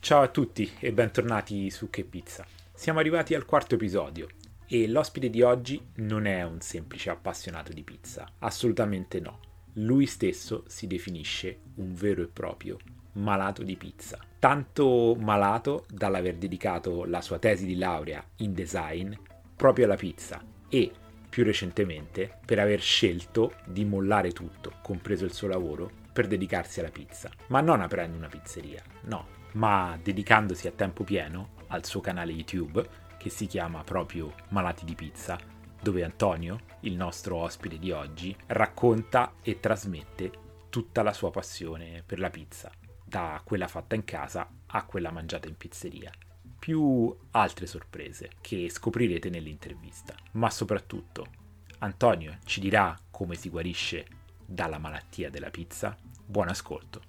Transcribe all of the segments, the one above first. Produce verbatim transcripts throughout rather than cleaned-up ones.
Ciao a tutti e bentornati su Che Pizza. Siamo arrivati al quarto episodio e l'ospite di oggi non è un semplice appassionato di pizza, assolutamente no. Lui stesso si definisce un vero e proprio malato di pizza. Tanto malato dall'aver dedicato la sua tesi di laurea in design proprio alla pizza e, più recentemente, per aver scelto di mollare tutto, compreso il suo lavoro, per dedicarsi alla pizza. Ma non aprendo una pizzeria, no, ma dedicandosi a tempo pieno al suo canale YouTube, che si chiama proprio Malati di Pizza, dove Antonio, il nostro ospite di oggi, racconta e trasmette tutta la sua passione per la pizza, da quella fatta in casa a quella mangiata in pizzeria, più altre sorprese che scoprirete nell'intervista. Ma soprattutto, Antonio ci dirà come si guarisce dalla malattia della pizza. Buon ascolto.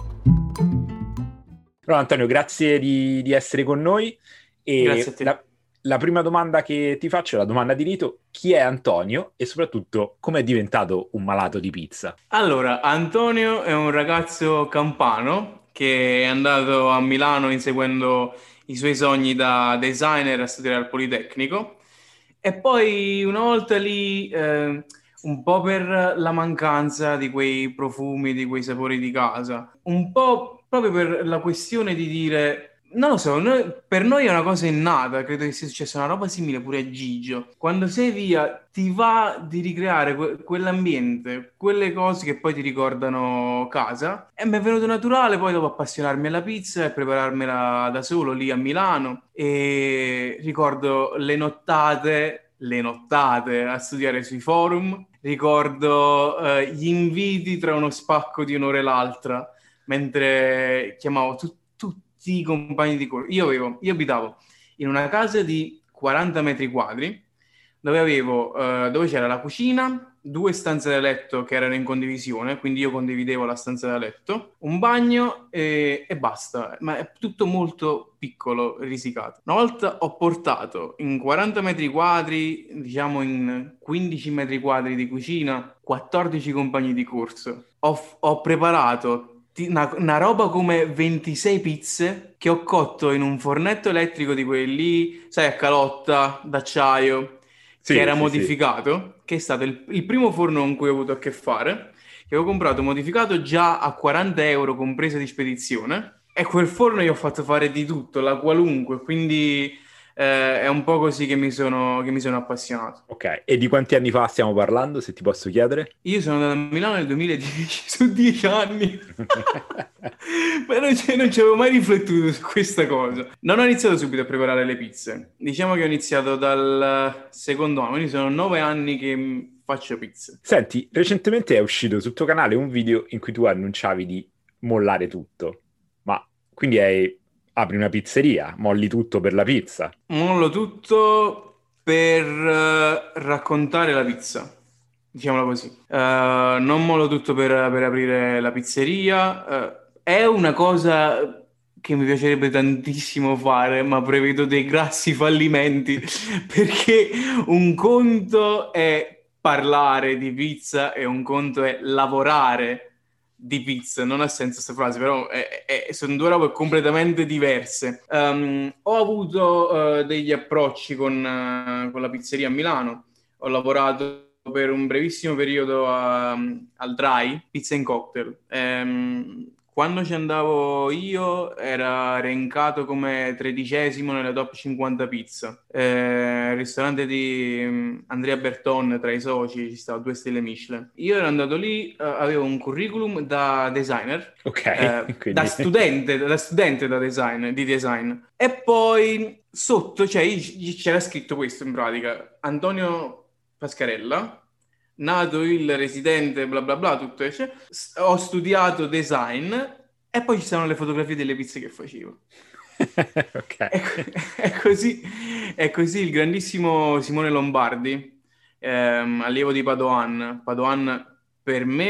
Allora Antonio, grazie di, di essere con noi. E Grazie a te. La, la prima domanda che ti faccio è la domanda di rito: chi è Antonio e soprattutto come è diventato un malato di pizza? Allora, Antonio è un ragazzo campano che è andato a Milano inseguendo i suoi sogni da designer a studiare al Politecnico e poi una volta lì, eh, un po' per la mancanza di quei profumi, di quei sapori di casa, un po' proprio per la questione di dire... Non lo so, noi- per noi è una cosa innata, credo che sia successa una roba simile pure a Gigio. Quando sei via, ti va di ricreare que- quell'ambiente, quelle cose che poi ti ricordano casa. E mi è venuto naturale poi dopo appassionarmi alla pizza e prepararmela da solo lì a Milano. E ricordo le nottate, le nottate a studiare sui forum. Ricordo eh, gli inviti tra uno spacco di un'ora e l'altra mentre chiamavo tu- tutti i compagni di corso. Io avevo, io abitavo in una casa di quaranta metri quadri dove avevo, eh, dove c'era la cucina, due stanze da letto che erano in condivisione, quindi io condividevo la stanza da letto, un bagno e, e basta, ma è tutto molto piccolo, risicato. Una volta ho portato in quaranta metri quadri, diciamo in quindici metri quadri di cucina, quattordici compagni di corso. Ho, ho preparato ti- una, una roba come ventisei pizze che ho cotto in un fornetto elettrico di quelli, sai, a calotta, d'acciaio, che Sì, era sì, sì. modificato, che è stato il, il primo forno con cui ho avuto a che fare, che avevo comprato modificato già a quaranta euro compresa di spedizione, e quel forno gli ho fatto fare di tutto, la qualunque, quindi eh, è un po' così che mi sono, che mi sono appassionato. Ok, e di quanti anni fa stiamo parlando, se ti posso chiedere? Io sono andato a Milano nel duemiladieci, su dieci anni. Ma non ci non ci avevo mai riflettuto su questa cosa. Non ho iniziato subito a preparare le pizze. Diciamo che ho iniziato dal secondo anno, quindi sono nove anni che mh, faccio pizze. Senti, recentemente è uscito sul tuo canale un video in cui tu annunciavi di mollare tutto. Ma quindi hai- apri una pizzeria, molli tutto per la pizza? Mollo tutto per eh, raccontare la pizza, diciamola così. Eh, non mollo tutto per, per aprire la pizzeria. Eh, è una cosa che mi piacerebbe tantissimo fare, ma prevedo dei grassi fallimenti perché un conto è parlare di pizza e un conto è lavorare di pizza. Non ha senso questa frase, però è- è- sono due robe completamente diverse. Um, ho avuto eh, degli approcci con, eh, con la pizzeria a Milano. Ho lavorato per un brevissimo periodo a- al Dry, Pizza and Cocktail. Ehm, quando ci andavo io era elencato come tredicesimo nella top cinquanta pizza. Eh, il ristorante di mm, Andrea Berton tra i soci ci stava due stelle Michelin. Io ero andato lì, eh, avevo un curriculum da designer, Ok, eh, da quindi... studente, da studente da design, di design. E poi sotto, cioè, c'era scritto questo in pratica: Antonio Pascarella, nato il residente, bla bla bla, tutto esce. S- Ho studiato design e poi ci sono le fotografie delle pizze che facevo. Ok. E, è così, è così il grandissimo Simone Lombardi, ehm, allievo di Padoan. Padoan per me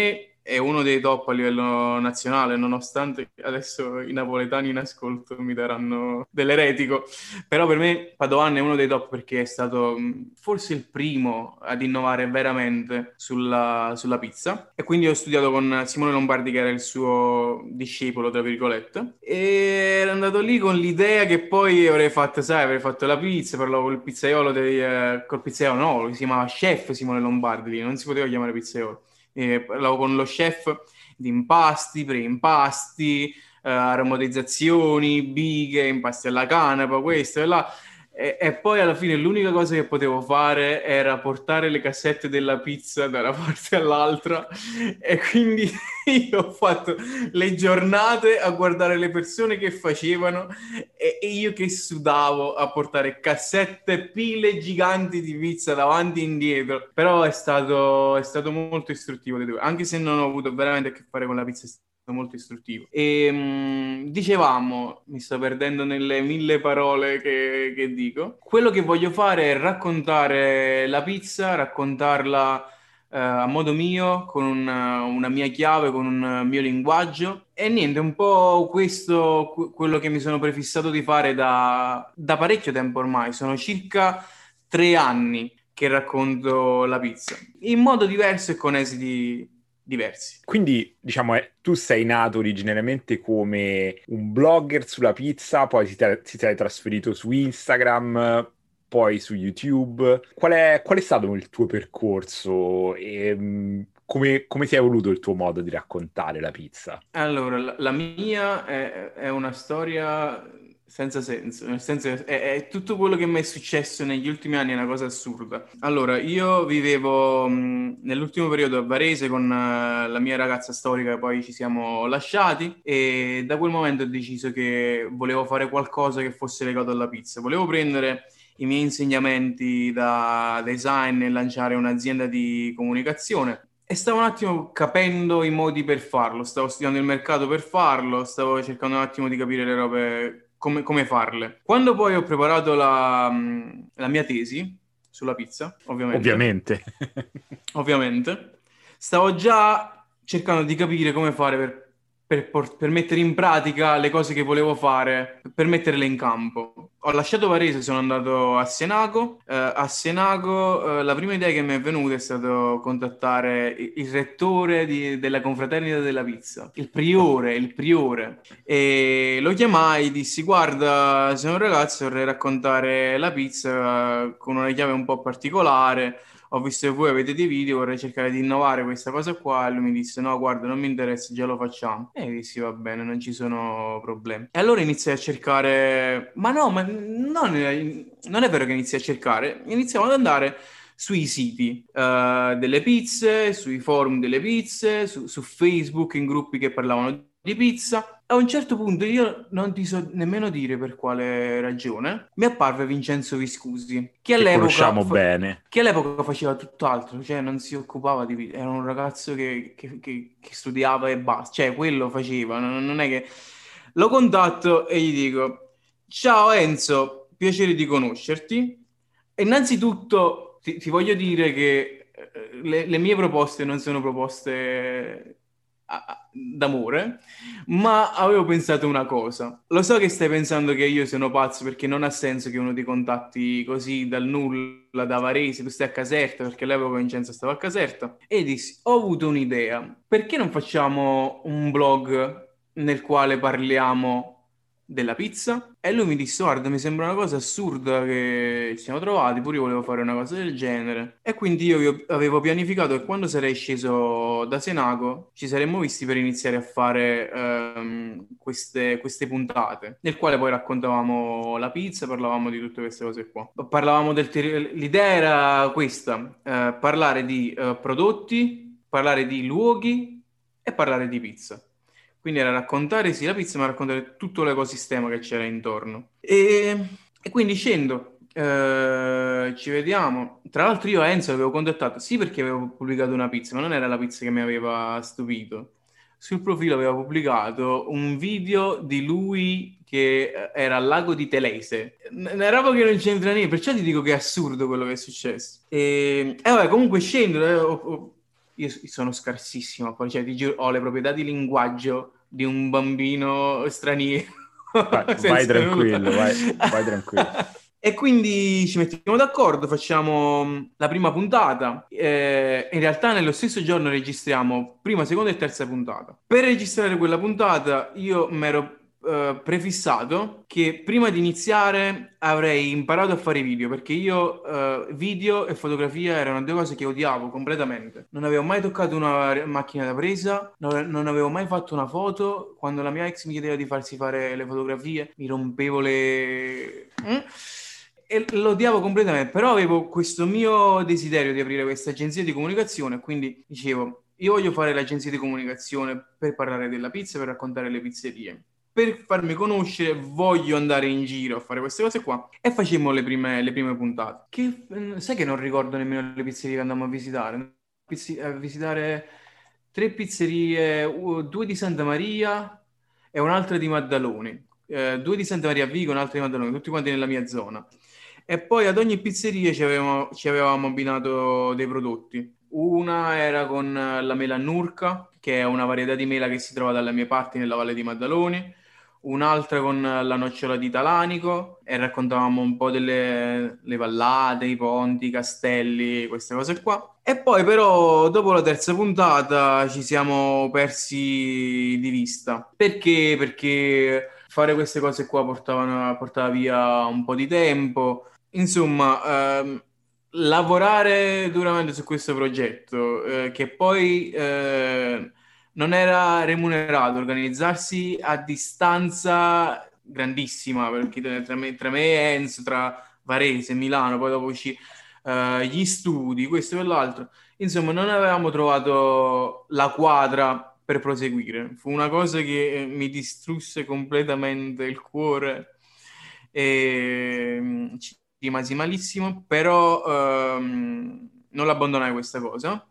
è uno dei top a livello nazionale, nonostante adesso i napoletani in ascolto mi daranno dell'eretico, però per me Padoan è uno dei top perché è stato mh, forse il primo ad innovare veramente sulla, sulla pizza, e quindi ho studiato con Simone Lombardi, che era il suo discepolo, tra virgolette, e ero andato lì con l'idea che poi avrei fatto, sai, avrei fatto la pizza, parlavo col pizzaiolo, dei, eh, col pizzaiolo, no, lui si chiamava chef Simone Lombardi, lì, non si poteva chiamare pizzaiolo. E parlavo con lo chef di impasti, preimpasti, eh, aromatizzazioni, bighe, impasti alla canapa, questo e là. E, e poi alla fine l'unica cosa che potevo fare era portare le cassette della pizza da una parte all'altra, e quindi io ho fatto le giornate a guardare le persone che facevano e, e io che sudavo a portare cassette, pile giganti di pizza davanti e indietro. Però è stato, è stato molto istruttivo, anche se non ho avuto veramente a che fare con la pizza, molto istruttivo. E mh, dicevamo, mi sto perdendo nelle mille parole che, che dico, quello che voglio fare è raccontare la pizza, raccontarla eh, a modo mio, con una, una mia chiave, con un mio linguaggio, e niente, un po' questo que- quello che mi sono prefissato di fare da, da parecchio tempo ormai. Sono circa tre anni che racconto la pizza in modo diverso e con esiti diversi. Quindi, diciamo, è- tu sei nato originariamente come un blogger sulla pizza, poi ti, te- ti sei trasferito su Instagram, poi su YouTube. Qual è, qual è stato il tuo percorso e mh, come, come si è evoluto il tuo modo di raccontare la pizza? Allora, la, la mia è, è una storia senza senso, nel senso che è, è tutto quello che mi è successo negli ultimi anni, è una cosa assurda. Allora, io vivevo mh, nell'ultimo periodo a Varese con eh, la mia ragazza storica, poi ci siamo lasciati, e da quel momento ho deciso che volevo fare qualcosa che fosse legato alla pizza. Volevo prendere i miei insegnamenti da design e lanciare un'azienda di comunicazione. E stavo un attimo capendo i modi per farlo, stavo studiando il mercato per farlo, stavo cercando un attimo di capire le robe, come, come farle. Quando poi ho preparato la, mh, la mia tesi sulla pizza, ovviamente, Ovviamente. ovviamente, stavo già cercando di capire come fare per, per por- per mettere in pratica le cose che volevo fare, per metterle in campo. Ho lasciato Varese, sono andato a Senaco. Eh, a Senaco, eh, la prima idea che mi è venuta è stato contattare il, il rettore di- della confraternita della pizza, il priore, il priore. E lo chiamai, dissi: guarda, sono un ragazzo, vorrei raccontare la pizza eh, con una chiave un po' particolare. Ho visto che voi avete dei video, vorrei cercare di innovare questa cosa qua. E lui mi disse: no, guarda, non mi interessa, già lo facciamo. E io dissi: va bene, non ci sono problemi. E allora iniziai a cercare, ma no, ma non è, non è vero che iniziai a cercare, iniziamo ad andare sui siti eh, delle pizze, sui forum delle pizze, su, su Facebook, in gruppi che parlavano di pizza. A un certo punto, io non ti so nemmeno dire per quale ragione, mi apparve Vincenzo Viscusi, che Che all'epoca, conosciamo fa- bene. che all'epoca faceva tutt'altro, cioè non si occupava di pizza, era un ragazzo che, che- che- che studiava e basta, cioè quello faceva, non, non è che... Lo contatto e gli dico: ciao Enzo, piacere di conoscerti. Innanzitutto ti, ti voglio dire che eh, le, le mie proposte non sono proposte a- a- d'amore, ma avevo pensato una cosa. Lo so che stai pensando che io sono pazzo, perché non ha senso che uno ti contatti così dal nulla, da Varese, tu stai a Caserta, perché all'epoca Vincenzo stava a Caserta, e dissi: ho avuto un'idea, perché non facciamo un blog nel quale parliamo della pizza? E lui mi disse: guarda, mi sembra una cosa assurda che ci siamo trovati, pure io volevo fare una cosa del genere. E quindi io vi- avevo pianificato che quando sarei sceso da Senaco ci saremmo visti per iniziare a fare ehm, queste, queste puntate, nel quale poi raccontavamo la pizza, parlavamo di tutte queste cose qua. Parlavamo del ter- L'idea era questa: eh, parlare di eh, prodotti, parlare di luoghi e parlare di pizza. Quindi era raccontare sì la pizza, ma raccontare tutto l'ecosistema che c'era intorno. E, e quindi scendo, eh, ci vediamo. Tra l'altro io a Enzo l'avevo contattato sì perché avevo pubblicato una pizza, ma non era la pizza che mi aveva stupito. Sul profilo aveva pubblicato un video di lui che eh, era al lago di Telese. N- Una roba che non c'entra niente, perciò ti dico che è assurdo quello che è successo. E, e vabbè, comunque scendo, eh, ho- ho- io sono scarsissimo, poi cioè, ti giuro, ho le proprietà di linguaggio di un bambino straniero. Vai, vai Senza nulla. tranquillo, vai, vai tranquillo. E quindi ci mettiamo d'accordo, facciamo mh, la prima puntata. Eh, in realtà nello stesso giorno registriamo prima, seconda e terza puntata. Per registrare quella puntata io mi ero eh, prefissato che prima di iniziare avrei imparato a fare video, perché io eh, video e fotografia erano due cose che odiavo completamente. Non avevo mai toccato una macchina da presa, non, non avevo mai fatto una foto. Quando la mia ex mi chiedeva di farsi fare le fotografie, mi rompevo le... Mm? E lo odiavo completamente, però avevo questo mio desiderio di aprire questa agenzia di comunicazione, quindi dicevo, io voglio fare l'agenzia di comunicazione per parlare della pizza, per raccontare le pizzerie. Per farmi conoscere voglio andare in giro a fare queste cose qua e facemmo le prime, le prime puntate. Che, eh, sai che non ricordo nemmeno le pizzerie che andammo a visitare? Pizzi- a visitare tre pizzerie, u- due di Santa Maria e un'altra di Maddaloni. Eh, due di Santa Maria a Vigo e un'altra di Maddaloni, tutti quanti nella mia zona. E poi ad ogni pizzeria ci avevamo, ci avevamo abbinato dei prodotti. Una era con la mela Nurka, che è una varietà di mela che si trova dalle mie parti nella Valle di Maddaloni, un'altra con la nocciola di Talanico e raccontavamo un po' delle le vallate, i ponti, i castelli, queste cose qua. E poi però dopo la terza puntata ci siamo persi di vista. Perché? Perché fare queste cose qua portavano, portava via un po' di tempo. Insomma, ehm, lavorare duramente su questo progetto, eh, che poi eh, non era remunerato, organizzarsi a distanza grandissima, perché tra me, tra me e Enzo, tra Varese, Milano, poi dopo ci, eh, gli studi, questo e quell'altro, insomma, non avevamo trovato la quadra per proseguire. Fu una cosa che eh, mi distrusse completamente il cuore e mm, ci rimasi malissimo, però ehm, non l'abbandonai questa cosa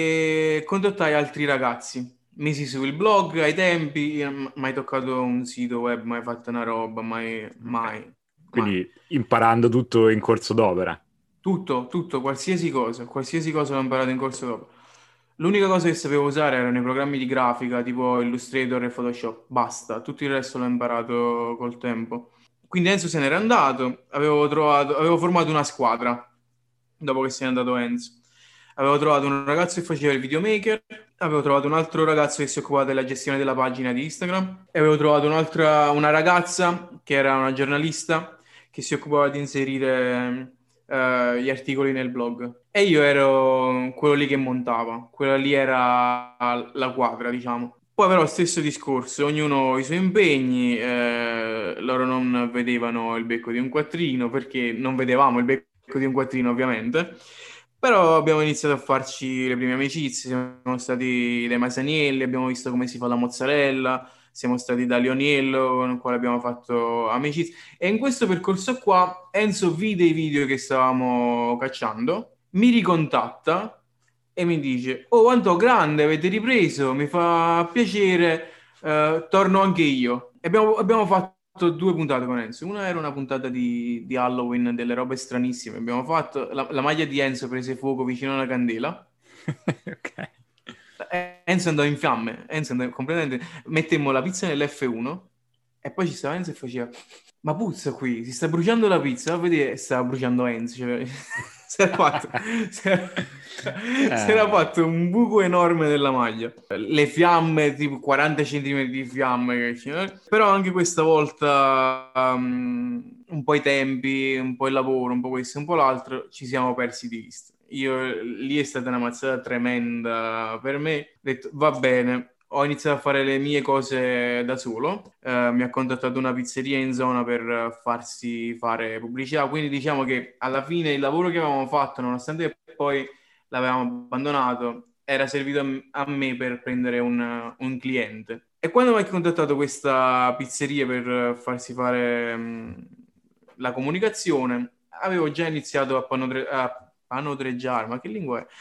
e contattai altri ragazzi. Misi sul blog ai tempi, io m- mai toccato un sito web, mai fatto una roba, mai, Ok. mai, mai. Quindi imparando tutto in corso d'opera. Tutto, tutto, qualsiasi cosa, qualsiasi cosa l'ho imparato in corso dopo. L'unica cosa che sapevo usare erano i programmi di grafica tipo Illustrator e Photoshop, basta, tutto il resto l'ho imparato col tempo. Quindi Enzo se n'era andato, avevo trovato, avevo formato una squadra dopo che se n'è andato Enzo. Avevo trovato un ragazzo che faceva il videomaker, avevo trovato un altro ragazzo che si occupava della gestione della pagina di Instagram e avevo trovato un'altra, una ragazza che era una giornalista che si occupava di inserire eh, gli articoli nel blog. E io ero quello lì che montava, quella lì era la quadra, diciamo. Poi però stesso discorso, ognuno ha i suoi impegni, eh, loro non vedevano il becco di un quattrino perché non vedevamo il becco di un quattrino ovviamente, però abbiamo iniziato a farci le prime amicizie, siamo stati dai Masanielli, abbiamo visto come si fa la mozzarella, siamo stati da Leoniello con il quale abbiamo fatto amicizia e in questo percorso qua Enzo vide i video che stavamo cacciando, mi ricontatta e mi dice: "Oh, Anto, grande, avete ripreso, mi fa piacere, eh, torno anche io." E abbiamo, abbiamo fatto due puntate con Enzo. Una era una puntata di, di Halloween, delle robe stranissime. Abbiamo fatto la, la maglia di Enzo prese fuoco vicino a una candela. Ok. Enzo andò in fiamme, Enzo andò completamente. Mettemmo la pizza nell'F uno e poi ci stava Enzo e faceva: "Ma puzza qui, si sta bruciando la pizza." A vedere, stava bruciando Enzo. Cioè, si era fatto, si era, si era Eh, fatto un buco enorme nella maglia. Le fiamme, tipo quaranta centimetri di fiamme. Che c'era. Però anche questa volta, um, un po' i tempi, un po' il lavoro, un po' questo, un po' l'altro, ci siamo persi di vista. Io, lì è stata una mazzata tremenda per me. Ho detto, va bene, ho iniziato a fare le mie cose da solo. Eh, mi ha contattato una pizzeria in zona per farsi fare pubblicità. Quindi diciamo che alla fine il lavoro che avevamo fatto, nonostante poi l'avevamo abbandonato, era servito a m- a me per prendere un, un cliente. E quando mi ha contattato questa pizzeria per farsi fare mh, la comunicazione, avevo già iniziato a, panodre- a panodreggiare, ma che lingua è?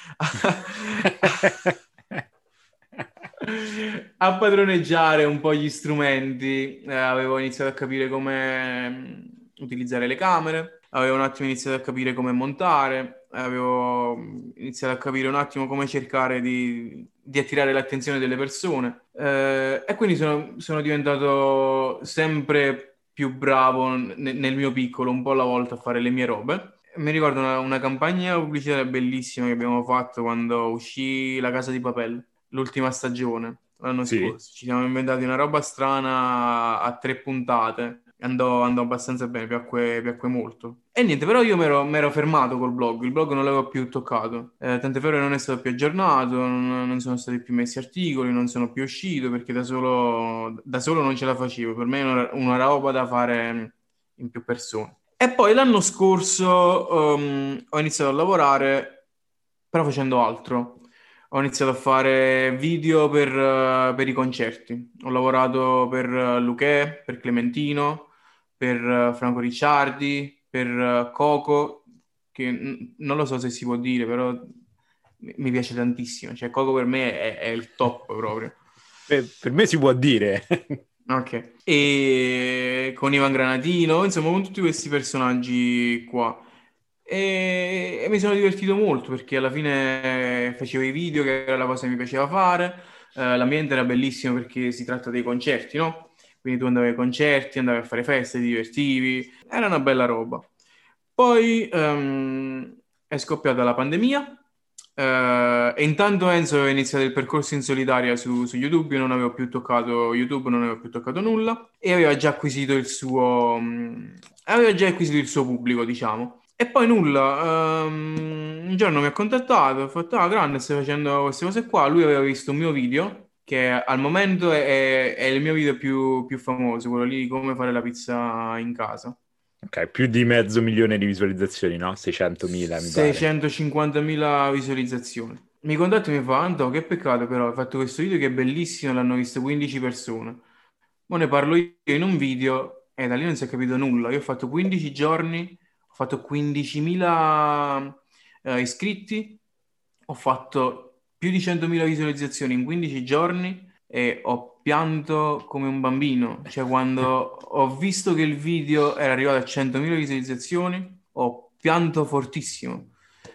A padroneggiare un po' gli strumenti, eh, avevo iniziato a capire come mh, utilizzare le camere, avevo un attimo iniziato a capire come montare, avevo mh, iniziato a capire un attimo come cercare di, di attirare l'attenzione delle persone. Eh, e quindi sono, sono diventato sempre più bravo n- nel mio piccolo, un po' alla volta, a fare le mie robe. Mi ricordo una, una campagna pubblicitaria bellissima che abbiamo fatto quando uscì La Casa di Papel, l'ultima stagione, l'anno Sì. scorso. Ci siamo inventati una roba strana a tre puntate. Andò, andò abbastanza bene, piacque, piacque molto. E niente, però io mi ero, mi ero fermato col blog, il blog non l'avevo più toccato. Eh, tant'è vero che non è stato più aggiornato, non, non sono stati più messi articoli, non sono più uscito perché da solo, da solo non ce la facevo. Per me è una, una roba da fare in più persone. E poi l'anno scorso um, ho iniziato a lavorare, però facendo altro. Ho iniziato a fare video per, eh, per i concerti. Ho lavorato per eh, Luchè, per Clementino, per eh, Franco Ricciardi, per eh, Coco, che n- non lo so se si può dire, però mi mi piace tantissimo. Cioè, Coco per me è, è il top proprio. Per, per me si può dire. Ok. E con Ivan Granatino, insomma, con tutti questi personaggi qua. E, e mi sono divertito molto perché alla fine facevo i video, che era la cosa che mi piaceva fare. Eh, l'ambiente era bellissimo perché si tratta dei concerti, no? Quindi tu andavi ai concerti, andavi a fare feste, ti divertivi. Era una bella roba. Poi ehm, è scoppiata la pandemia. Eh, e intanto Enzo aveva iniziato il percorso in solitaria su, su YouTube, io non avevo più toccato YouTube, non avevo più toccato nulla e aveva già acquisito il suo, mh, aveva già acquisito il suo pubblico, diciamo. E poi nulla, ehm, un giorno mi ha contattato, ha fatto, ah, grande, stai facendo queste cose qua. Lui aveva visto un mio video, che al momento è, è il mio video più, più famoso, quello lì di come fare la pizza in casa. Ok, più di mezzo milione di visualizzazioni, no? seicentomila mi pare. seicentocinquantamila visualizzazioni. Mi contatta e mi fa, Anto, che peccato però, hai fatto questo video che è bellissimo, l'hanno visto quindici persone. Ora ne parlo io in un video e da lì non si è capito nulla. Io ho fatto quindici giorni, ho fatto quindicimila eh, iscritti, ho fatto più di centomila visualizzazioni in quindici giorni e ho pianto come un bambino. Cioè, quando ho visto che il video era arrivato a centomila visualizzazioni, ho pianto fortissimo.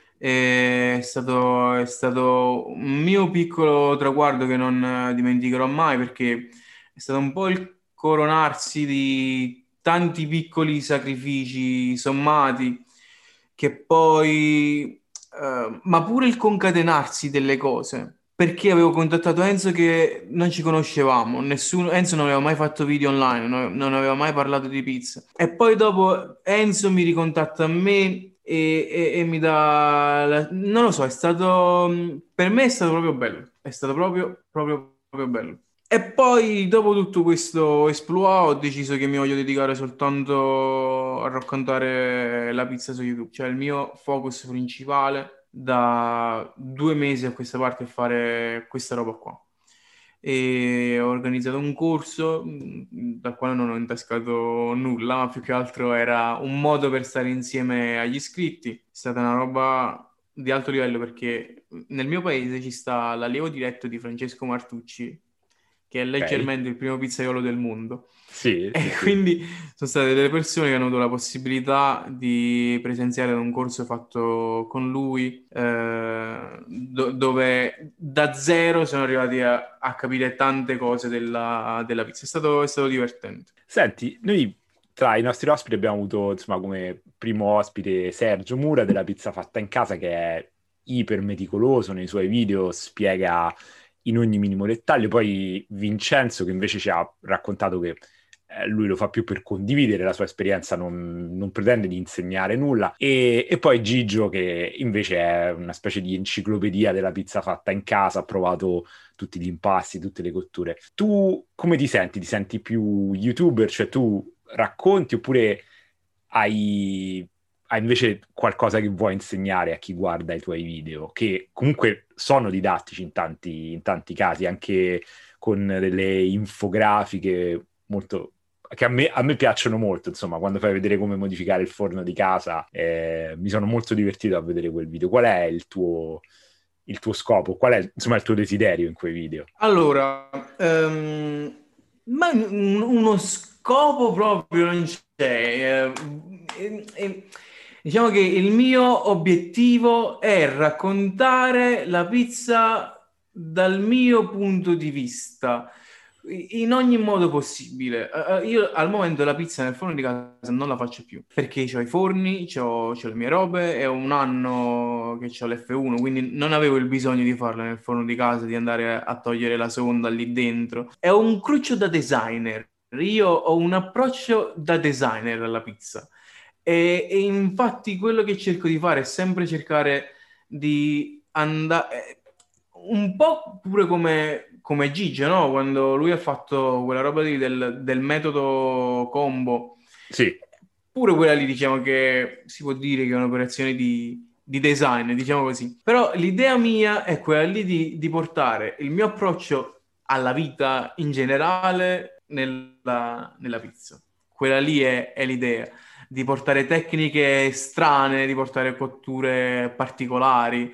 È stato, è stato un mio piccolo traguardo che non eh, dimenticherò mai perché è stato un po' il coronarsi di tanti piccoli sacrifici sommati che poi, eh, ma pure il concatenarsi delle cose. Perché avevo contattato Enzo che non ci conoscevamo, nessuno, Enzo non aveva mai fatto video online, non non aveva mai parlato di pizza. E poi dopo Enzo mi ricontatta a me e, e- e mi dà, la- non lo so, è stato, per me è stato proprio bello, è stato proprio, proprio, proprio bello. E poi, dopo tutto questo esploit, ho deciso che mi voglio dedicare soltanto a raccontare la pizza su YouTube. Cioè, il mio focus principale da due mesi a questa parte è fare questa roba qua. E ho organizzato un corso mh, dal quale non ho intascato nulla, ma più che altro era un modo per stare insieme agli iscritti. È stata una roba di alto livello perché nel mio paese ci sta l'allievo diretto di Francesco Martucci, che è Ok. leggermente il primo pizzaiolo del mondo. Sì, E sì, sì. quindi sono state delle persone che hanno avuto la possibilità di presenziare ad un corso fatto con lui, eh, do- dove da zero sono arrivati a, a capire tante cose della, della pizza. È stato, è stato divertente. Senti, noi tra i nostri ospiti abbiamo avuto, insomma, come primo ospite Sergio Mura della Pizza Fatta in Casa, che è iper meticoloso nei suoi video, spiega in ogni minimo dettaglio. Poi Vincenzo, che invece ci ha raccontato che eh, lui lo fa più per condividere la sua esperienza, non, non pretende di insegnare nulla. E, e poi Gigio, che invece è una specie di enciclopedia della pizza fatta in casa, ha provato tutti gli impasti, tutte le cotture. Tu come ti senti? Ti senti più YouTuber? Cioè tu racconti oppure hai, hai invece qualcosa che vuoi insegnare a chi guarda i tuoi video? Che comunque sono didattici in tanti, in tanti casi, anche con delle infografiche molto che a me, a me piacciono molto, insomma, quando fai vedere come modificare il forno di casa, eh, mi sono molto divertito a vedere quel video. Qual è il tuo, il tuo scopo? Qual è, insomma, il tuo desiderio in quei video? Allora, ehm, ma un- uno scopo proprio non c'è. eh, eh, eh, Diciamo che il mio obiettivo è raccontare la pizza dal mio punto di vista, i- in ogni modo possibile. Eh, eh, Io al momento la pizza nel forno di casa non la faccio più, perché ho i forni, c'ho, c'ho le mie robe, è un anno che ho l'F uno, quindi non avevo il bisogno di farla nel forno di casa, di andare a, a togliere la sonda lì dentro. È un cruccio da designer. Io ho un approccio da designer alla pizza. E, e infatti quello che cerco di fare è sempre cercare di andare un po' pure come, come Gigio, no? Quando lui ha fatto quella roba lì del, del metodo combo, Sì, pure quella lì diciamo che si può dire che è un'operazione di, di design, diciamo così. Però l'idea mia è quella lì di, di portare il mio approccio alla vita in generale nella, nella pizza. Quella lì è, è l'idea di portare tecniche strane, di portare cotture particolari,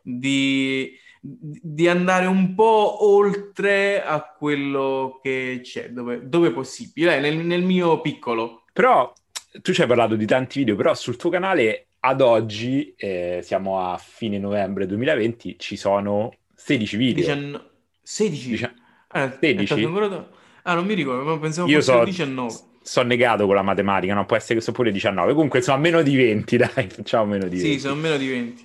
di, di andare un po' oltre a quello che c'è, dove, dove è possibile, eh, nel, nel mio piccolo. però tu ci hai parlato di tanti video, però sul tuo canale ad oggi, eh, siamo a fine novembre duemilaventi, ci sono sedici video. diciannove, sedici? Dicia- Eh, è stato sedici? ancora... da- Ah, non mi ricordo, ma pensavo Io fossero so, diciannove. so negato con la matematica, no? Può essere che sono pure diciannove. Comunque, insomma, meno di venti, dai, facciamo meno di Sì, venti. sono meno di venti.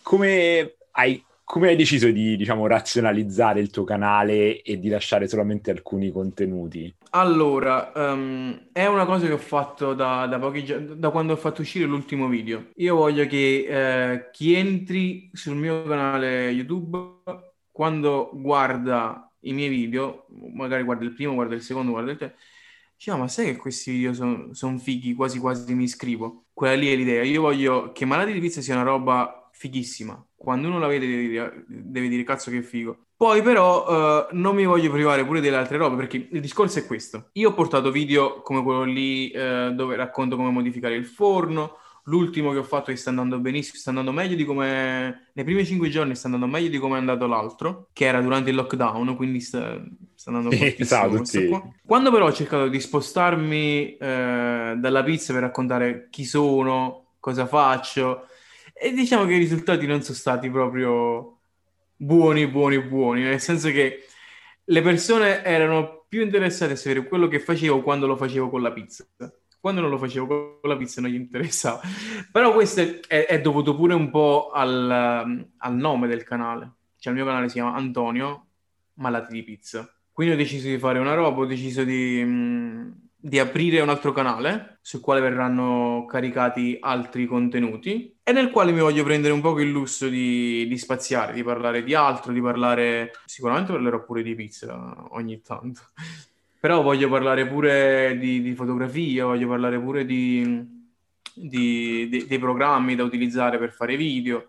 Come hai, come hai deciso di, diciamo, razionalizzare il tuo canale e di lasciare solamente alcuni contenuti? Allora, ehm, è una cosa che ho fatto da, da pochi giorni, da quando ho fatto uscire l'ultimo video. Io voglio che eh, chi entri sul mio canale YouTube, quando guarda i miei video, magari guarda il primo, guarda il secondo, guarda il terzo, dice, "Ah, ma sai che questi video sono fighi, quasi quasi mi iscrivo." Quella lì è l'idea. Io voglio che Malati di Pizza sia una roba fighissima. Quando uno la vede deve dire, deve dire cazzo che figo. Poi però eh, non mi voglio privare pure delle altre robe perché il discorso è questo. Io ho portato video come quello lì eh, dove racconto come modificare il forno. L'ultimo che ho fatto che sta andando benissimo, sta andando meglio di come... Nei primi cinque giorni sta andando meglio di come è andato l'altro, che era durante il lockdown, quindi sta, sta andando Sì, fortissimo esatto, questo tutti. qua. Quando però ho cercato di spostarmi eh, dalla pizza per raccontare chi sono, cosa faccio, e diciamo che i risultati non sono stati proprio buoni, buoni, buoni, nel senso che le persone erano più interessate a sapere quello che facevo quando lo facevo con la pizza. Quando non lo facevo con la pizza non gli interessava. Però questo è, è- è dovuto pure un po' al, al nome del canale. Cioè il mio canale si chiama Antonio Malati di Pizza. Quindi ho deciso di fare una roba, ho deciso di, mh, di aprire un altro canale sul quale verranno caricati altri contenuti e nel quale mi voglio prendere un po' il lusso di, di spaziare, di parlare di altro, di parlare... Sicuramente parlerò pure di pizza ogni tanto, però voglio parlare pure di, di fotografia, voglio parlare pure di, di- di- dei programmi da utilizzare per fare video.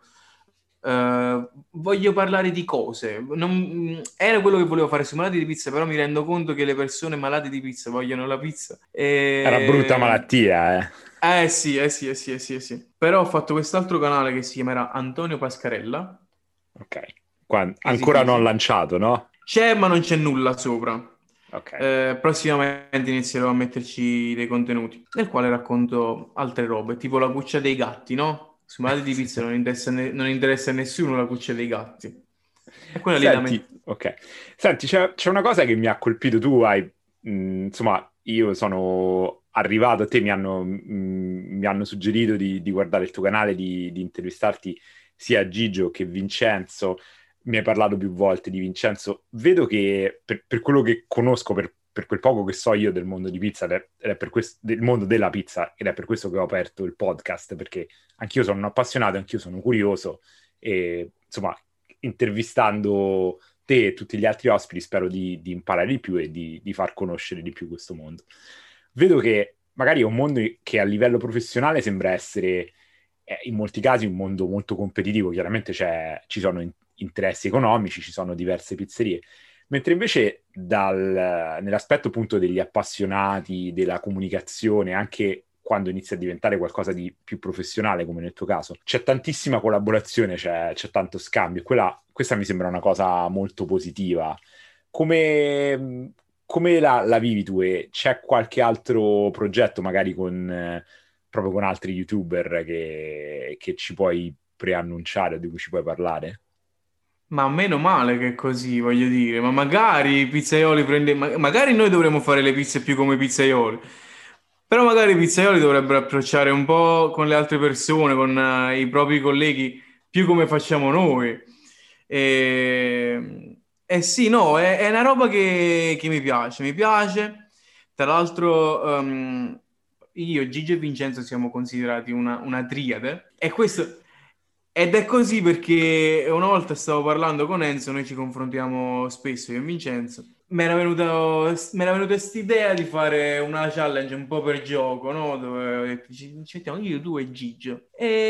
Eh, voglio parlare di cose. Non- era quello che volevo fare su Malati di Pizza, però mi rendo conto che le persone malate di pizza vogliono la pizza. È una brutta E... malattia, eh. Eh sì, eh sì, eh sì, eh sì, eh sì. Però ho fatto quest'altro canale che si chiamerà Antonio Pascarella. Ok. Qua- Easy ancora non peasy. lanciato, no? C'è, ma non c'è nulla sopra. Ok. Eh, prossimamente inizierò a metterci dei contenuti nel quale racconto altre robe, tipo la cuccia dei gatti, no? Su Malati di Pizza non interessa, ne- non interessa a nessuno la cuccia dei gatti. E quella lì la Senti, metto. ok. Senti, c'è c'è una cosa che mi ha colpito. Tu hai, mh, insomma, io sono arrivato a te, mi hanno, mh, mi hanno suggerito di, di guardare il tuo canale, di, di intervistarti sia Gigio che Vincenzo. Mi hai parlato più volte di Vincenzo. Vedo che per, per quello che conosco, per, per quel poco che so io del mondo di pizza, ed è, ed è per questo, del mondo della pizza, ed è per questo che ho aperto il podcast, perché anch'io sono un appassionato, anch'io sono curioso e, insomma, intervistando te e tutti gli altri ospiti spero di, di imparare di più e di, di far conoscere di più questo mondo. Vedo che magari è un mondo che a livello professionale sembra essere, eh, in molti casi, un mondo molto competitivo. Chiaramente c'è, ci sono in- interessi economici, ci sono diverse pizzerie, mentre invece dal- nell'aspetto appunto degli appassionati, della comunicazione, anche quando inizia a diventare qualcosa di più professionale, come nel tuo caso, c'è tantissima collaborazione, c'è, c'è tanto scambio. Quella, questa mi sembra una cosa molto positiva. Come, come la, la vivi tu? E c'è qualche altro progetto, magari con, eh, proprio con altri YouTuber che, che ci puoi preannunciare o di cui ci puoi parlare? Ma meno male che è così, voglio dire, ma magari i pizzaioli prende... ma- magari noi dovremmo fare le pizze più come i pizzaioli, però magari i pizzaioli dovrebbero approcciare un po' con le altre persone, con eh, i propri colleghi, più come facciamo noi. E, eh sì, no, è, è una roba che, che mi piace, mi piace. Tra l'altro, ehm, io, Gigi e Vincenzo siamo considerati una, una triade, e questo... Ed è così perché una volta stavo parlando con Enzo, noi ci confrontiamo spesso, io e Vincenzo. Mi era venuta, mi era venuta quest'idea di fare una challenge un po' per gioco, no? Dove ho detto, ci, ci mettiamo io, tu e Gigio.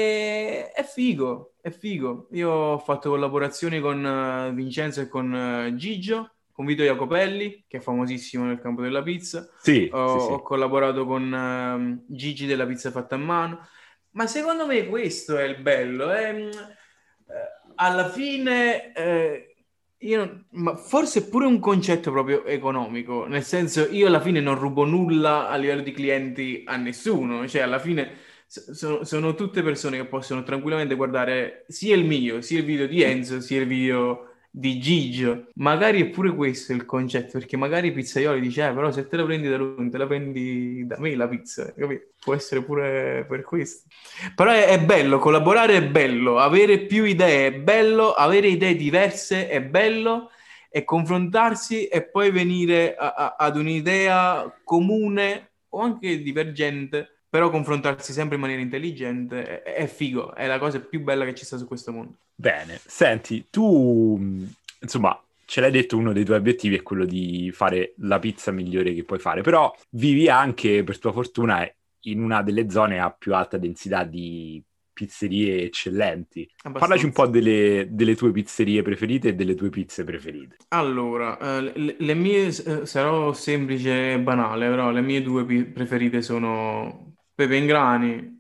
E è figo, è figo. Io ho fatto collaborazioni con eh, Vincenzo e con eh, Gigio, con Vito Jacopelli, che è famosissimo nel campo della pizza. Sì, Ho, sì, sì. ho collaborato con ehm, Gigi della pizza fatta a mano. Ma secondo me questo è il bello. È, mm, eh, alla fine, eh, io, non- ma forse è pure un concetto proprio economico, nel senso io alla fine non rubo nulla a livello di clienti a nessuno, cioè alla fine s- sono, sono tutte persone che possono tranquillamente guardare sia il mio, sia il video di Enzo, sia il video di Gigio. Magari è pure questo il concetto, perché magari i pizzaioli dice, eh, però se te la prendi da lui, non te la prendi da me la pizza, capito? Può essere pure per questo. Però è, è bello, collaborare è bello, avere più idee è bello, avere idee diverse è bello, e confrontarsi e poi venire a- a- ad un'idea comune o anche divergente, però confrontarsi sempre in maniera intelligente è, è figo, è la cosa più bella che ci sta su questo mondo. Bene, senti, tu, mh, insomma, ce l'hai detto, uno dei tuoi obiettivi è quello di fare la pizza migliore che puoi fare, però vivi anche, per tua fortuna, in una delle zone a più alta densità di pizzerie eccellenti. Parlaci un po' Abbastanza. delle, delle tue pizzerie preferite e delle tue pizze preferite. Allora, eh, le, le mie, eh, sarò semplice e banale, però le mie due pi- preferite sono Pepe in Grani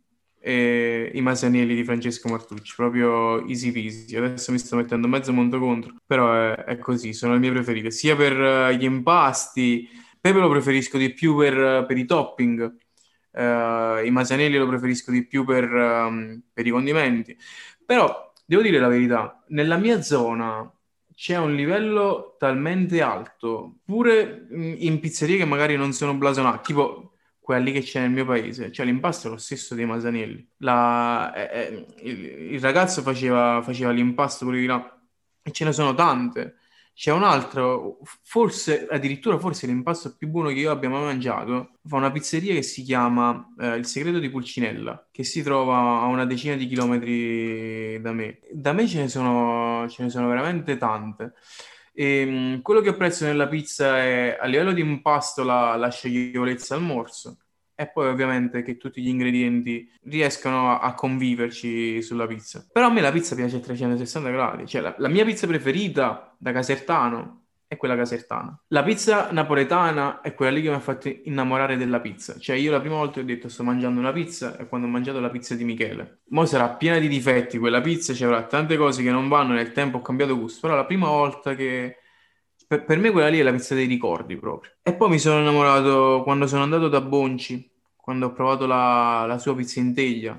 e i Masanielli di Francesco Martucci, proprio easy peasy. Adesso mi sto mettendo mezzo mondo contro, però è, è così, sono le mie preferite, sia per eh, gli impasti, Pepe lo preferisco di più per, per i topping, eh, i Masanielli lo preferisco di più per, ehm, per i condimenti, però devo dire la verità, nella mia zona c'è un livello talmente alto, pure mh, in pizzerie che magari non sono blasonate, tipo quella lì che c'è nel mio paese, cioè l'impasto è lo stesso dei Masanielli. La- eh, eh, il, il ragazzo faceva, faceva l'impasto quello di là, e ce ne sono tante. C'è un altro, forse addirittura forse l'impasto più buono che io abbia mai mangiato, fa una pizzeria che si chiama eh, Il Segreto di Pulcinella, che si trova a una decina di chilometri da me. Da me ce ne sono, ce ne sono veramente tante. E, mh, quello che apprezzo nella pizza è a livello di impasto la, la sceglievolezza al morso, e poi ovviamente che tutti gli ingredienti riescano a, a conviverci sulla pizza. Però a me la pizza piace a trecentosessanta gradi, cioè la, la mia pizza preferita da casertano è quella casertana. La pizza napoletana è quella lì che mi ha fatto innamorare della pizza. Cioè io la prima volta ho detto sto mangiando una pizza è quando ho mangiato la pizza di Michele. Mo' sarà piena di difetti quella pizza, ci avrà tante cose che non vanno, nel tempo ho cambiato gusto, però la prima volta che... Per, per me quella lì è la pizza dei ricordi proprio. E poi mi sono innamorato quando sono andato da Bonci, quando ho provato la, la sua pizza in teglia.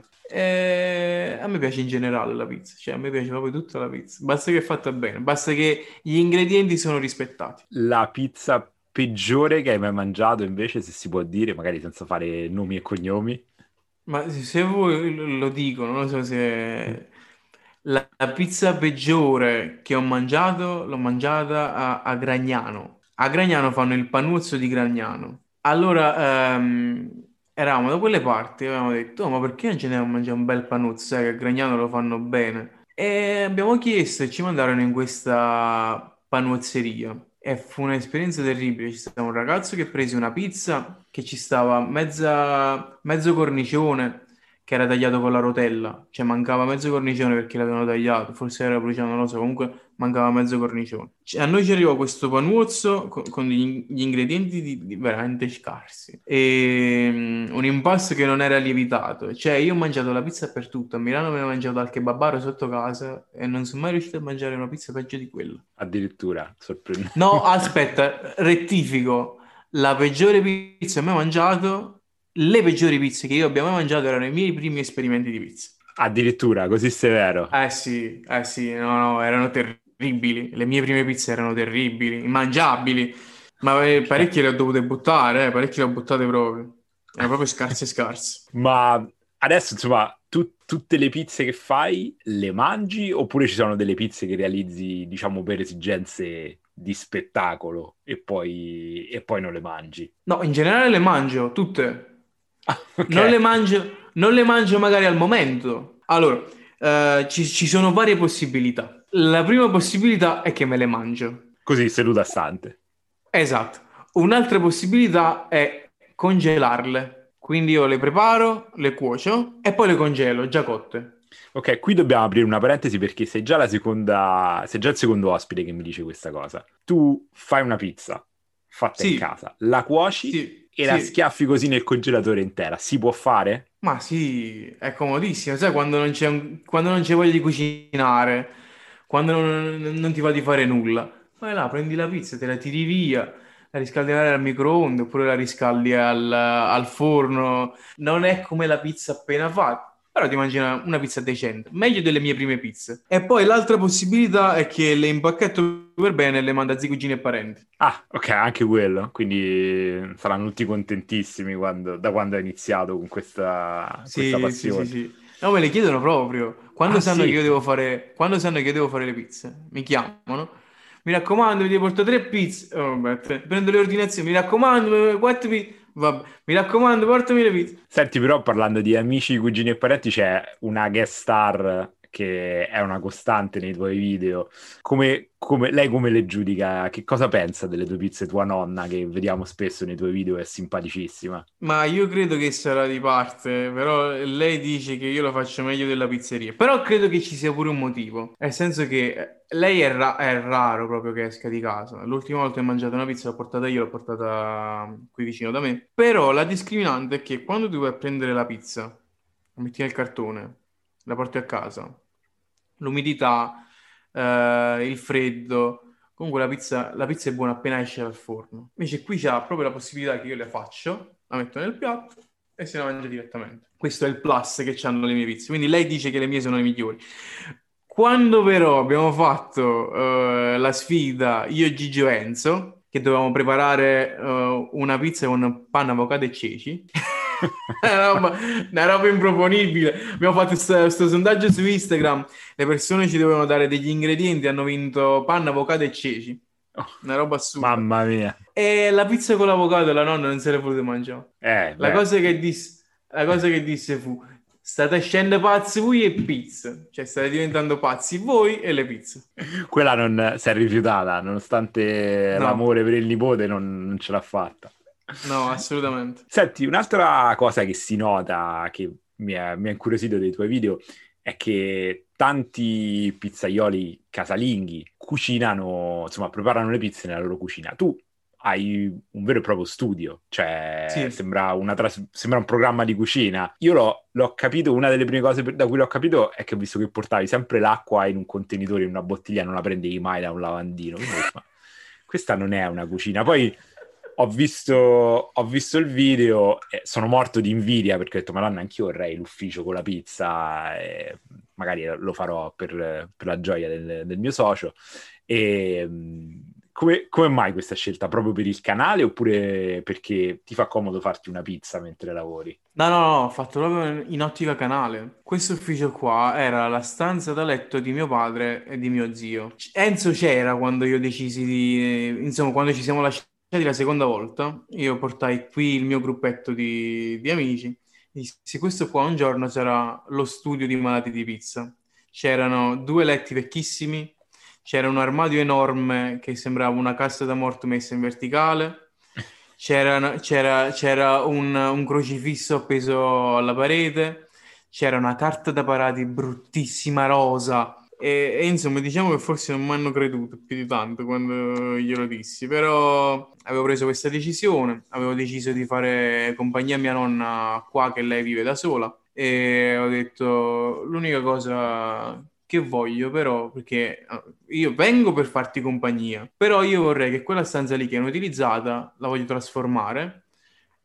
E a me piace in generale la pizza, cioè a me piace proprio tutta la pizza. Basta che è fatta bene, basta che gli ingredienti sono rispettati. La pizza peggiore che hai mai mangiato, invece, se si può dire, magari senza fare nomi e cognomi? Ma se se voi lo dico, non lo so se... La, la pizza peggiore che ho mangiato l'ho mangiata a, a Gragnano. A Gragnano fanno il panuzzo di Gragnano. Allora, ehm, eravamo da quelle parti e avevamo detto, "Oh, ma perché non ce ne andiamo a mangiare un bel panuzzo? Sai che a Gragnano lo fanno bene." E abbiamo chiesto e ci mandarono in questa panuzzeria. E fu un'esperienza terribile. Ci stava un ragazzo che prese una pizza che ci stava mezza, mezzo cornicione che era tagliato con la rotella, cioè mancava mezzo cornicione perché l'avevano tagliato, forse era bruciato, non lo so, comunque mancava mezzo cornicione. Cioè, a noi ci arrivò questo panuozzo con, con gli, gli ingredienti di, di veramente scarsi e mm, un impasto che non era lievitato. Cioè io ho mangiato la pizza per tutto, a Milano me ne ho mangiato al kebabaro sotto casa e non sono mai riuscito a mangiare una pizza peggio di quella. Addirittura, sorprendente. No, aspetta, rettifico. La peggiore pizza che ho mai mangiato le peggiori pizze che io abbia mai mangiato erano i miei primi esperimenti di pizza. Addirittura, così severo. Eh sì, eh sì, no, no, erano terribili. Le mie prime pizze erano terribili, immangiabili. Ma eh, Ok. parecchie le ho dovute buttare, eh, parecchie le ho buttate proprio. Erano proprio scarse scarse. Ma adesso, insomma, tu tutte le pizze che fai le mangi oppure ci sono delle pizze che realizzi, diciamo, per esigenze di spettacolo e poi, e poi non le mangi? No, in generale le mangio, tutte. Ok, Non le mangio, non le mangio magari al momento. Allora, eh, ci, ci sono varie possibilità. La prima possibilità è che me le mangio. così seduta stante. Esatto. Un'altra possibilità è congelarle. Quindi io le preparo, le cuocio e poi le congelo già cotte. Ok, qui dobbiamo aprire una parentesi perché sei già la seconda, sei già il secondo ospite che mi dice questa cosa. Tu fai una pizza fatta in Sì, casa, la cuoci sì, e la sì. schiaffi così nel congelatore intera. Si può fare? Ma sì, è comodissimo. Sai quando non c'è un- quando non c'è voglia di cucinare, quando non, non ti va di fare nulla. Vai là, prendi la pizza, te la tiri via, la riscaldi magari al microonde oppure la riscaldi al, al forno. Non è come la pizza appena fatta, però ti mangi una, una pizza decente, meglio delle mie prime pizze. E poi l'altra possibilità è che le impacchetto per bene e le mando a zii, cugini e parenti. Ah, ok, anche quello. Quindi saranno tutti contentissimi quando- da quando hai iniziato con questa, questa Sì, sì, sì, passione. sì. No, me le chiedono proprio. Quando Ah, sanno che sì. io devo fare, quando sanno che io devo fare le pizze, mi chiamano. Mi raccomando, mi devi portare tre pizze. Oh, vabbè, tre- prendo le ordinazioni. Mi raccomando, quattro pizze. Vabbè, mi raccomando, portami le pizze. Senti, però parlando di amici, cugini e parenti, c'è una guest star che è una costante nei tuoi video. Come, come- lei come le giudica? Che cosa pensa delle tue pizze tua nonna, che vediamo spesso nei tuoi video, è simpaticissima. Ma io credo che sarà di parte, però lei dice che io lo faccio meglio della pizzeria. Però credo che ci sia pure un motivo. Nel senso che eh, lei è, ra- è raro proprio che esca di casa. L'ultima volta che ho mangiato una pizza l'ho portata io, l'ho portata mm, qui vicino da me. Però la discriminante è che quando tu vai a prendere la pizza, la metti nel cartone, la porti a casa, l'umidità, eh, il freddo. Comunque la pizza, la pizza è buona appena esce dal forno. Invece qui c'ha proprio la possibilità che io le faccio, la metto nel piatto e se la mangia direttamente. Questo è il plus che hanno le mie pizze. Quindi lei dice che le mie sono le migliori. Quando però abbiamo fatto eh, la sfida io, Gigi e Enzo, che dovevamo preparare eh, una pizza con panna, avocado e ceci, una roba, una roba improponibile. Abbiamo fatto questo sondaggio su Instagram, le persone ci dovevano dare degli ingredienti, hanno vinto panna, avocado e ceci. Oh, Una roba assurda. mamma mia. E la pizza con l'avocado la nonna non se l'è voluta mangiare. Eh, La beh, cosa che disse, la cosa che disse fu: state scendendo pazzi voi e pizza. Cioè, state diventando pazzi voi e le pizze. quella non si è rifiutata, nonostante No, l'amore per il nipote, non, non ce l'ha fatta. no, assolutamente. Senti, un'altra cosa che si nota, che mi è, mi è incuriosito dei tuoi video, è che tanti pizzaioli casalinghi cucinano, insomma, preparano le pizze nella loro cucina. Tu hai un vero e proprio studio, cioè Sì. sembra, una tras- sembra un programma di cucina. Io l'ho, l'ho capito, una delle prime cose per- da cui l'ho capito è che ho visto che portavi sempre l'acqua in un contenitore, in una bottiglia, non la prendevi mai da un lavandino. Quindi ho detto, ma questa non è una cucina. Poi ho visto, ho visto il video e sono morto di invidia perché ho detto, Madonna, anch'io vorrei l'ufficio con la pizza, e magari lo farò per, per la gioia del, del mio socio. E mh, come, come mai questa scelta? Proprio per il canale oppure perché ti fa comodo farti una pizza mentre lavori? No, no, no, ho fatto proprio in ottica canale. Questo ufficio qua era la stanza da letto di mio padre e di mio zio. C- Enzo c'era quando io decisi di... Insomma, quando ci siamo lasciati la seconda volta, io portai qui il mio gruppetto di, di amici. Dissi, questo qua un giorno sarà lo studio di malati di pizza. C'erano due letti vecchissimi, c'era un armadio enorme che sembrava una cassa da morto messa in verticale. C'era, c'era- c'era un, un crocifisso appeso alla parete, c'era una carta da parati bruttissima rosa. E, e insomma, diciamo che forse non mi hanno creduto più di tanto quando glielo dissi, però avevo preso questa decisione, avevo deciso di fare compagnia a mia nonna qua che lei vive da sola e ho detto l'unica cosa che voglio però, perché eh, io vengo per farti compagnia, però io vorrei che quella stanza lì che è inutilizzata la voglio trasformare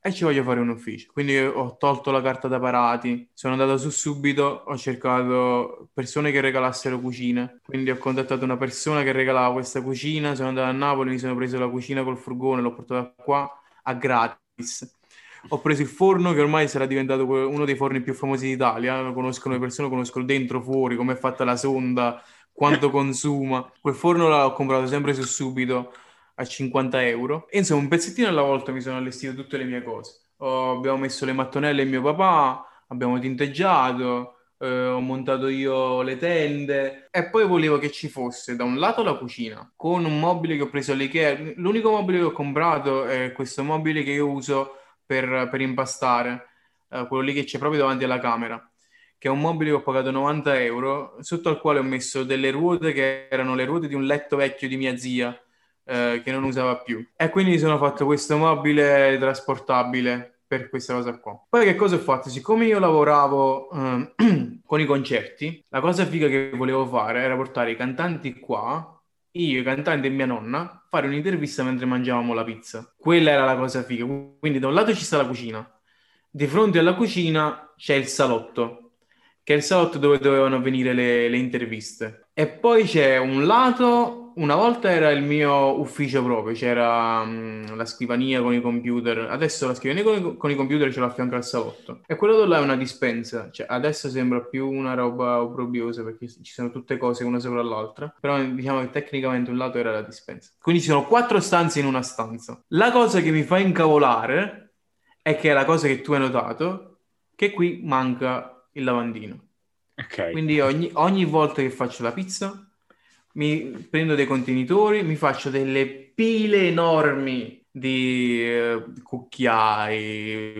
e ci voglio fare un ufficio. Quindi ho tolto la carta da parati, sono andato su subito, ho cercato persone che regalassero cucine, quindi ho contattato una persona che regalava questa cucina, sono andato a Napoli, mi sono preso la cucina col furgone, l'ho portata qua a gratis. Ho preso il forno che ormai sarà diventato que- uno dei forni più famosi d'Italia, lo conoscono le persone, conoscono dentro, fuori, come è fatta la sonda, quanto consuma. Quel forno l'ho comprato sempre su subito a cinquanta euro. E insomma, un pezzettino alla volta mi sono allestito tutte le mie cose. Ho- abbiamo messo le mattonelle in mio papà, abbiamo tinteggiato, eh, ho montato io le tende e poi volevo che ci fosse da un lato la cucina con un mobile che ho preso all'IKEA. L'unico mobile che ho comprato è questo mobile che io uso per, per impastare, eh, quello lì che c'è proprio davanti alla camera, che è un mobile che ho pagato novanta euro, sotto al quale ho messo delle ruote che erano le ruote di un letto vecchio di mia zia, eh, che non usava più. E quindi mi sono fatto questo mobile trasportabile per questa cosa qua. Poi che cosa ho fatto? Siccome io lavoravo ehm, con i concerti, la cosa figa che volevo fare era portare i cantanti qua, io, i cantanti e mia nonna, fare un'intervista mentre mangiavamo la pizza. Quella era la cosa figa. Quindi da un lato ci sta la cucina, di fronte alla cucina c'è il salotto, che è il salotto dove dovevano venire le, le interviste. E poi c'è un lato, una volta era il mio ufficio proprio, c'era mh, la scrivania con i computer, adesso la scrivania con i, con i computer ce l'ho a fianco al salotto. E quello là è una dispensa, cioè adesso sembra più una roba obbrobriosa perché ci sono tutte cose una sopra l'altra, però diciamo che tecnicamente un lato era la dispensa. Quindi ci sono quattro stanze in una stanza. La cosa che mi fa incavolare è che è la cosa che tu hai notato, che qui manca il lavandino. Ok. Quindi ogni, ogni volta che faccio la pizza, mi prendo dei contenitori, mi faccio delle pile enormi di eh, cucchiai,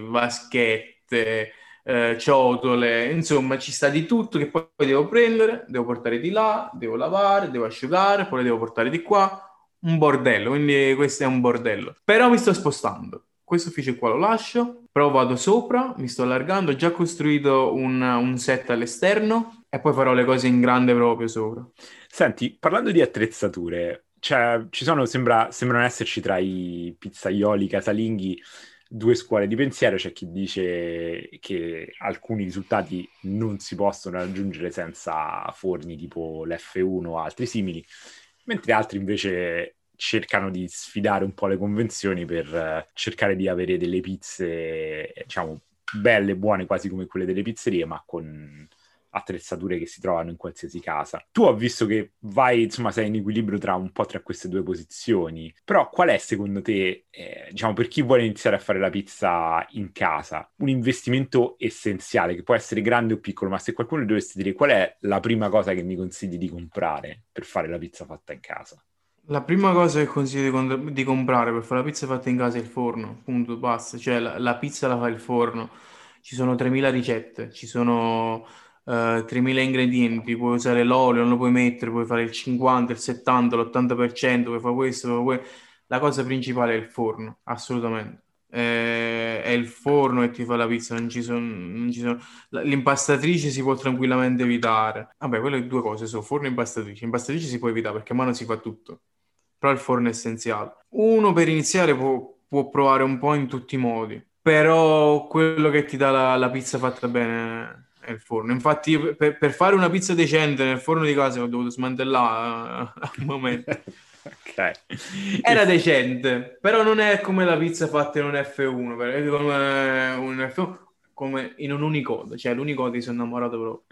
vaschette, eh, ciotole, insomma ci sta di tutto che poi devo prendere, devo portare di là, devo lavare, devo asciugare, poi le devo portare di qua. Un bordello, quindi questo è un bordello. Però mi sto spostando. Questo ufficio qua lo lascio, però vado sopra, mi sto allargando, ho già costruito un, un set all'esterno e poi farò le cose in grande proprio sopra. Senti, parlando di attrezzature, cioè, ci sono, sembra, sembrano esserci tra i pizzaioli casalinghi due scuole di pensiero. C'è chi dice che alcuni risultati non si possono raggiungere senza forni tipo l'F uno o altri simili, mentre altri invece cercano di sfidare un po' le convenzioni per eh, cercare di avere delle pizze, eh, diciamo, belle, buone, quasi come quelle delle pizzerie, ma con attrezzature che si trovano in qualsiasi casa. Tu ho visto che vai, insomma, sei in equilibrio tra un po' tra queste due posizioni, però qual è secondo te, eh, diciamo, per chi vuole iniziare a fare la pizza in casa, un investimento essenziale, che può essere grande o piccolo, ma se qualcuno dovesse dire qual è la prima cosa che mi consigli di comprare per fare la pizza fatta in casa? La prima cosa che consiglio di, con- di comprare per fare la pizza fatta in casa è il forno, punto, basta. Cioè la, la pizza la fa il forno. Ci sono tremila ricette, ci sono eh, tremila ingredienti, puoi usare l'olio, non lo puoi mettere, puoi fare il cinquanta, il settanta, l'ottanta per cento, puoi fare questo, puoi fare que- La cosa principale è il forno, assolutamente. Eh, è il forno che ti fa la pizza, non ci sono, non ci sono... L'impastatrice si può tranquillamente evitare. Vabbè, quelle due cose sono forno e impastatrice. L'impastatrice si può evitare perché a mano si fa tutto, però il forno è essenziale. Uno per iniziare può, può provare un po' in tutti i modi, però quello che ti dà la, la pizza fatta bene è il forno. Infatti, io per, per fare una pizza decente nel forno di casa ho dovuto smantellare eh, un momento. Ok. E Era decente, però non è come la pizza fatta in un F uno, per- è come un F uno, come in un Unicode, cioè l'Unicode mi sono innamorato proprio.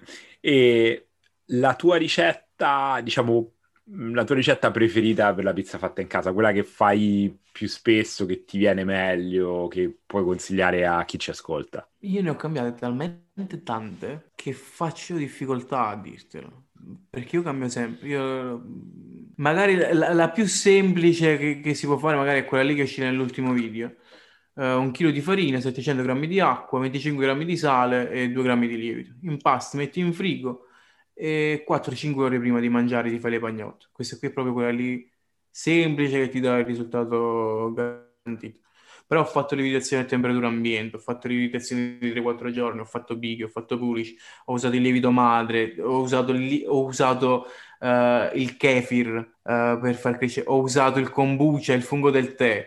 E la tua ricetta, diciamo, mh, la tua ricetta preferita per la pizza fatta in casa, quella che fai più spesso, che ti viene meglio, che puoi consigliare a chi ci ascolta? Io ne ho cambiate talmente tante che faccio difficoltà a dirtelo. Perché io cambio sempre. Io... Magari la, la più semplice che, che si può fare, magari è quella lì che esce nell'ultimo video. Eh, un chilo di farina, settecento grammi di acqua, venticinque grammi di sale e due grammi di lievito. Impasti, metti in frigo e quattro cinque ore prima di mangiare ti fai le pagnotte. Questa qui è proprio quella lì semplice che ti dà il risultato garantito. Però ho fatto lievitazione a temperatura ambiente, ho fatto lievitazione di tre quattro giorni, ho fatto bighi, ho fatto pulish, ho usato il lievito madre, ho usato il, li- ho usato, eh, il kefir, eh, per far crescere, ho usato il kombucha, il fungo del tè,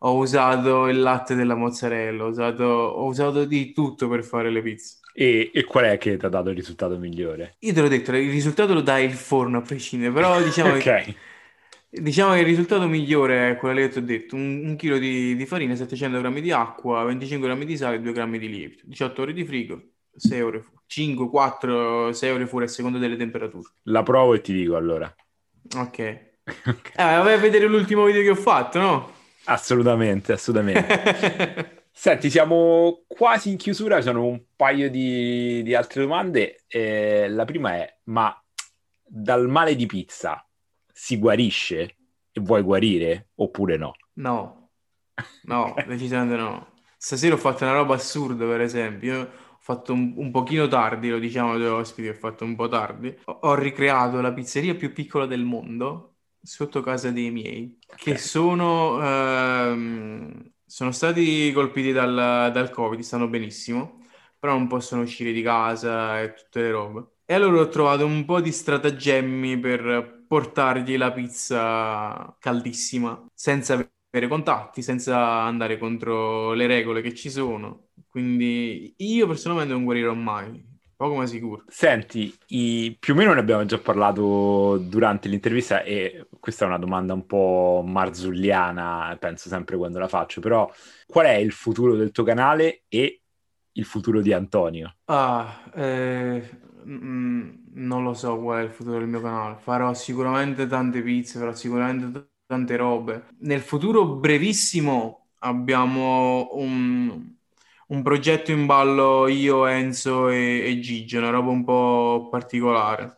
ho usato il latte della mozzarella, ho usato, ho usato di tutto per fare le pizze. E, e qual è che ti ha dato il risultato migliore? Io te l'ho detto, il risultato lo dà il forno a prescindere, però diciamo, Ok, diciamo che il risultato migliore è quello che ti ho detto, un, un chilo di, di farina, settecento grammi di acqua, venticinque grammi di sale, due grammi di lievito, diciotto ore di frigo, sei ore, fu- cinque, quattro, sei ore fuori a seconda delle temperature. la provo e ti dico allora. Ok. Eh, Ok. vai a vedere l'ultimo video che ho fatto, no? Assolutamente, assolutamente. Senti, siamo quasi in chiusura, ci sono un paio di, di altre domande. Eh, la prima è, ma dal male di pizza si guarisce e vuoi guarire oppure no? No, no, Ok. decisamente no. Stasera ho fatto una roba assurda, per esempio. Io ho fatto un, un pochino tardi, lo diciamo ai due ospiti, ho fatto un po' tardi. Ho, ho ricreato la pizzeria più piccola del mondo sotto casa dei miei, che Ok. sono, ehm, sono stati colpiti dal, dal Covid, stanno benissimo, però non possono uscire di casa e tutte le robe. E allora ho trovato un po' di stratagemmi per portargli la pizza caldissima, senza avere contatti, senza andare contro le regole che ci sono. Quindi io personalmente non guarirò mai, poco ma sicuro. Senti, i- più o meno ne abbiamo già parlato durante l'intervista e questa è una domanda un po' marzulliana, penso sempre quando la faccio, però qual è il futuro del tuo canale e il futuro di Antonio? Ah, eh, mm, non lo so qual è il futuro del mio canale. Farò sicuramente tante pizze, farò sicuramente t- tante robe. Nel futuro brevissimo abbiamo un, un progetto in ballo io, Enzo e, e Gigi, una roba un po' particolare.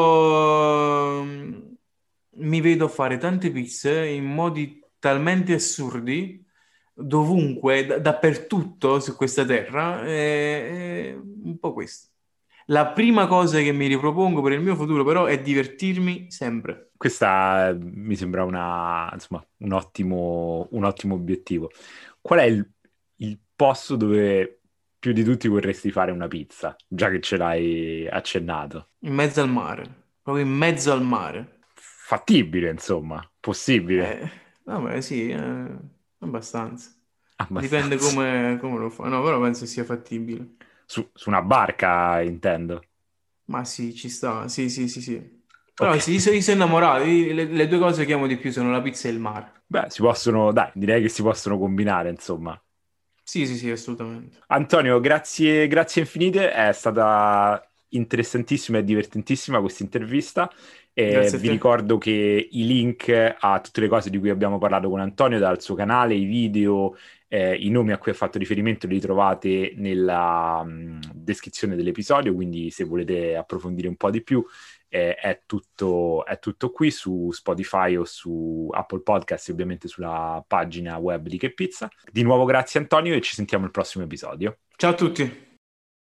Però mm, mi vedo fare tante pizze in modi talmente assurdi dovunque, da- dappertutto su questa terra, è, è un po' questo. La prima cosa che mi ripropongo per il mio futuro, però, è divertirmi sempre. Questa eh, mi sembra una, insomma, un ottimo, un ottimo obiettivo. Qual è il, il posto dove più di tutti vorresti fare una pizza, già che ce l'hai accennato? In mezzo al mare, proprio in mezzo al mare. Fattibile, insomma, possibile, Eh, vabbè, sì, eh, abbastanza. Dipende abbastanza. come, come lo fa. No, però penso sia fattibile. Su, su una barca, intendo. Ma sì, ci sta. Sì, sì, sì, sì. Ok. Però sì, io sono, io sono innamorato. Io- Le, le due cose che amo di più sono la pizza e il mare. Beh, si possono, dai, direi che si possono combinare, insomma. Sì, sì, sì, assolutamente. Antonio, grazie, grazie infinite, è stata interessantissima e divertentissima questa intervista. E Grazie a vi te. ricordo che i link a tutte le cose di cui abbiamo parlato con Antonio, dal suo canale, i video, eh, i nomi a cui ha fatto riferimento li trovate nella mh, descrizione dell'episodio, quindi se volete approfondire un po' di più, eh, è tutto, è tutto qui su Spotify o su Apple Podcast e ovviamente sulla pagina web di Che Pizza. Di nuovo grazie Antonio e ci sentiamo al prossimo episodio. Ciao a tutti.